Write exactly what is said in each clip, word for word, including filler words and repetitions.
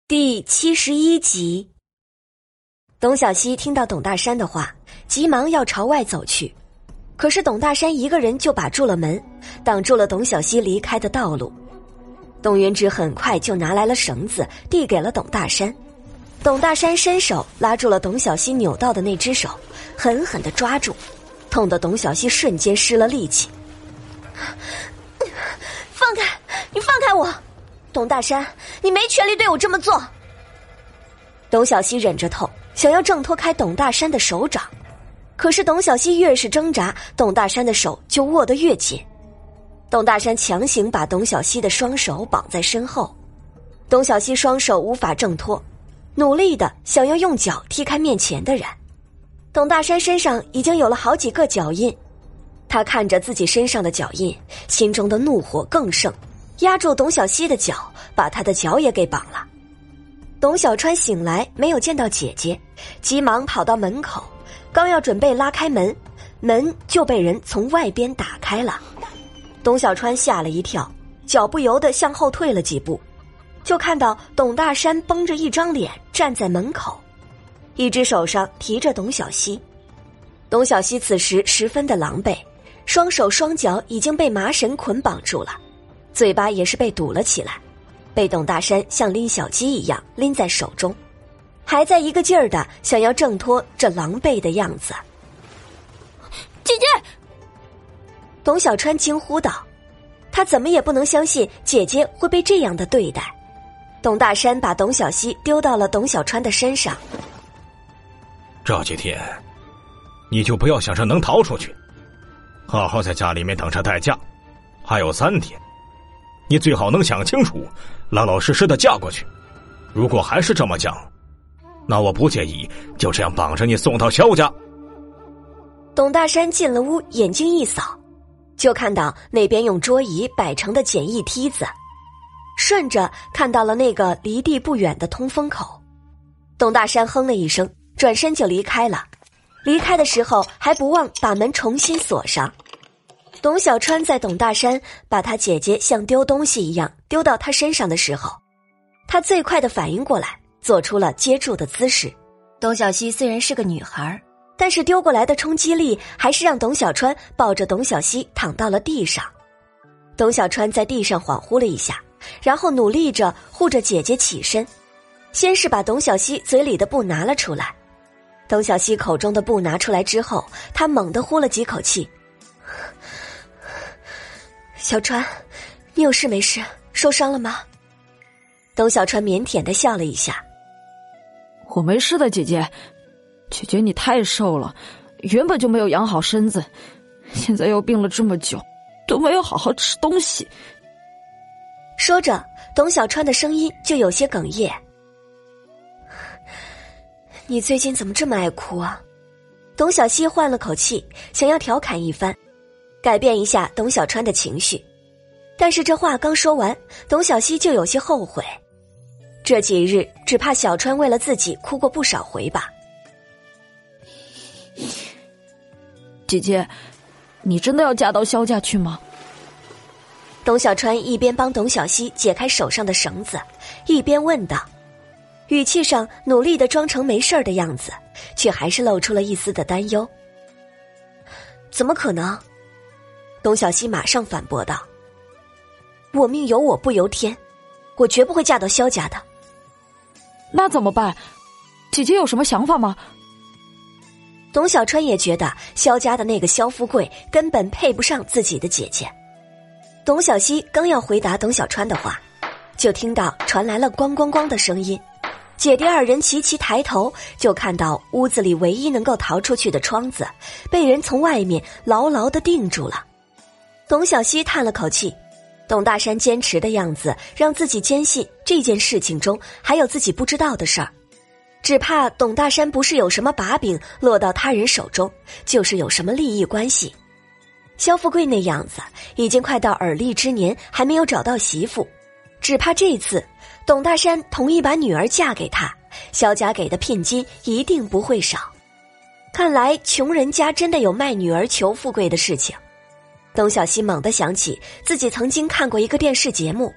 第七十一集。董小希听到董大山的话，急忙要朝外走去，可是董大山一个人就把住了门，挡住了董小希离开的道路。董云芝很快就拿来了绳子，递给了董大山。董大山伸手拉住了董小希扭到的那只手，狠狠地抓住，痛得董小希瞬间失了力气。放开，你放开我！董大山，你没权利对我这么做。董小希忍着痛，想要挣脱开董大山的手掌，可是董小希越是挣扎，董大山的手就握得越紧。董大山强行把董小希的双手绑在身后，董小希双手无法挣脱，努力的想要用脚踢开面前的人。董大山身上已经有了好几个脚印，他看着自己身上的脚印，心中的怒火更盛，压住董小希的脚，把她的脚也给绑了。董小川醒来没有见到姐姐，急忙跑到门口，刚要准备拉开门，门就被人从外边打开了。董小川吓了一跳，脚不由得向后退了几步，就看到董大山绷着一张脸站在门口，一只手上提着董小希。董小希此时十分的狼狈，双手双脚已经被麻绳捆绑住了，嘴巴也是被堵了起来，被董大山像拎小鸡一样拎在手中，还在一个劲儿的想要挣脱这狼狈的样子。姐姐！董小川惊呼道，他怎么也不能相信姐姐会被这样的对待。董大山把董小希丢到了董小川的身上。 这几天你就不要想着能逃出去，好好在家里面等着待嫁，还有三天你最好能想清楚，老老实实的嫁过去。如果还是这么犟，那我不介意就这样绑着你送到萧家。 董大山进了屋，眼睛一扫，就看到那边用桌椅摆成的简易梯子，顺着看到了那个离地不远的通风口。董大山哼了一声，转身就离开了。离开的时候还不忘把门重新锁上。董小川在董大山把他姐姐像丢东西一样丢到他身上的时候，他最快的反应过来，做出了接住的姿势。董小希虽然是个女孩，但是丢过来的冲击力还是让董小川抱着董小希躺到了地上。董小川在地上恍惚了一下，然后努力着护着姐姐起身，先是把董小希嘴里的布拿了出来。董小希口中的布拿出来之后，他猛地呼了几口气。小川，你有事没事？受伤了吗？董小川腼腆地笑了一下。 我没事的，姐姐。姐姐你太瘦了，原本就没有养好身子，现在又病了这么久，都没有好好吃东西。 说着，董小川的声音就有些哽咽。你最近怎么这么爱哭啊？董小希换了口气，想要调侃一番，改变一下董小川的情绪。但是这话刚说完，董小希就有些后悔。这几日只怕小川为了自己哭过不少回吧。 姐姐，你真的要嫁到萧家去吗？ 董小川一边帮董小希解开手上的绳子，一边问道，语气上努力地装成没事的样子，却还是露出了一丝的担忧。怎么可能？董小希马上反驳道，我命由我不由天，我绝不会嫁到萧家的。 那怎么办？姐姐有什么想法吗？ 董小川也觉得萧家的那个萧富贵根本配不上自己的姐姐。董小希刚要回答董小川的话，就听到传来了咣咣咣的声音。姐弟二人齐齐抬头，就看到屋子里唯一能够逃出去的窗子被人从外面牢牢地定住了。董小希叹了口气，董大山坚持的样子让自己坚信这件事情中还有自己不知道的事儿，只怕董大山不是有什么把柄落到他人手中，就是有什么利益关系。萧富贵那样子已经快到耳立之年，还没有找到媳妇，只怕这次董大山同意把女儿嫁给他，萧家给的聘金一定不会少。看来穷人家真的有卖女儿求富贵的事情。董小希猛地想起自己曾经看过一个电视节目，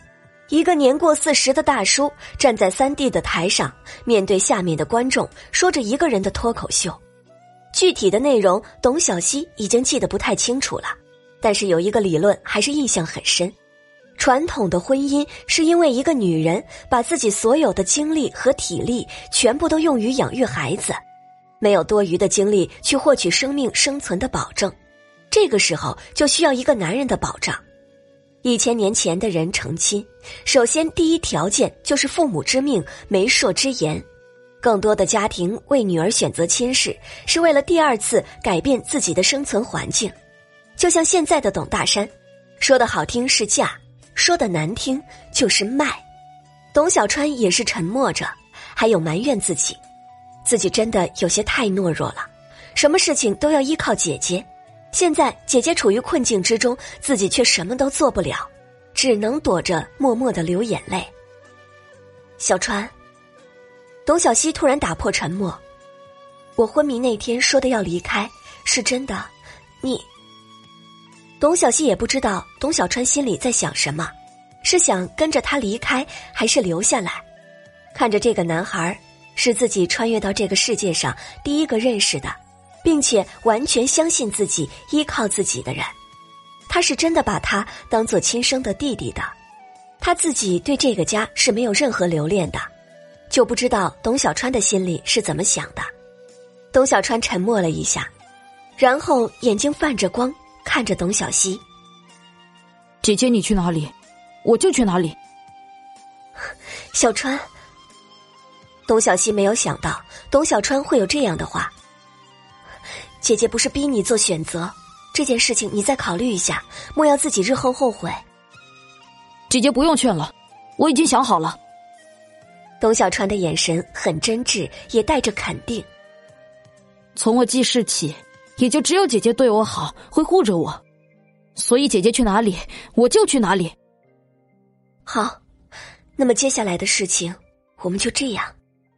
一个年过四十的大叔站在三 D 的台上，面对下面的观众，说着一个人的脱口秀。具体的内容，董小希已经记得不太清楚了，但是有一个理论还是印象很深。传统的婚姻是因为一个女人把自己所有的精力和体力全部都用于养育孩子，没有多余的精力去获取生命生存的保证，这个时候就需要一个男人的保障。一千年前的人成亲，首先第一条件就是父母之命，媒妁之言。更多的家庭为女儿选择亲事，是为了第二次改变自己的生存环境。就像现在的董大山，说的好听是嫁，说的难听就是卖。董小川也是沉默着，还有埋怨自己，自己真的有些太懦弱了，什么事情都要依靠姐姐。现在姐姐处于困境之中，自己却什么都做不了，只能躲着默默地流眼泪。小川，董小希突然打破沉默，我昏迷那天说的要离开，是真的，你……董小希也不知道董小川心里在想什么，是想跟着他离开，还是留下来？看着这个男孩，是自己穿越到这个世界上第一个认识的，并且完全相信自己、依靠自己的人，他是真的把他当作亲生的弟弟的。他自己对这个家是没有任何留恋的，就不知道董小川的心里是怎么想的。董小川沉默了一下，然后眼睛泛着光看着董小希。 姐姐你去哪里，我就去哪里。 小川。董小希没有想到董小川会有这样的话。姐姐不是逼你做选择，这件事情你再考虑一下，莫要自己日后后悔。 姐姐不用劝了，我已经想好了。 董小川的眼神很真挚，也带着肯定。 从我记事起，也就只有姐姐对我好，会护着我，所以姐姐去哪里，我就去哪里。 好，那么接下来的事情，我们就这样。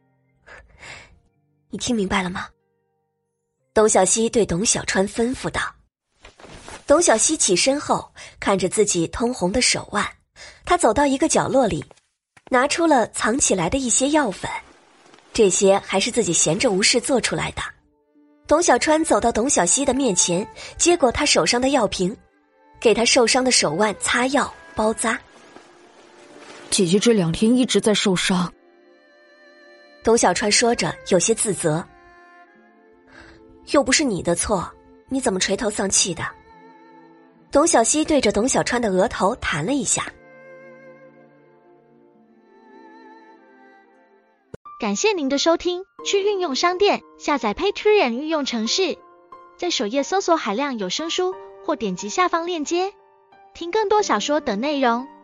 你听明白了吗？董小希对董小川吩咐道。董小希起身后，看着自己通红的手腕，他走到一个角落里，拿出了藏起来的一些药粉，这些还是自己闲着无事做出来的。董小川走到董小希的面前，接过他手上的药瓶，给他受伤的手腕擦药包扎。 姐姐这两天一直在受伤。 董小川说着有些自责，又不是你的错，你怎么垂头丧气的？董小希对着董小川的额头弹了一下。 感谢您的收听，去运用商店下载 Patreon 运用程式，在首页搜索海量有声书，或点击下方链接听更多小说等内容。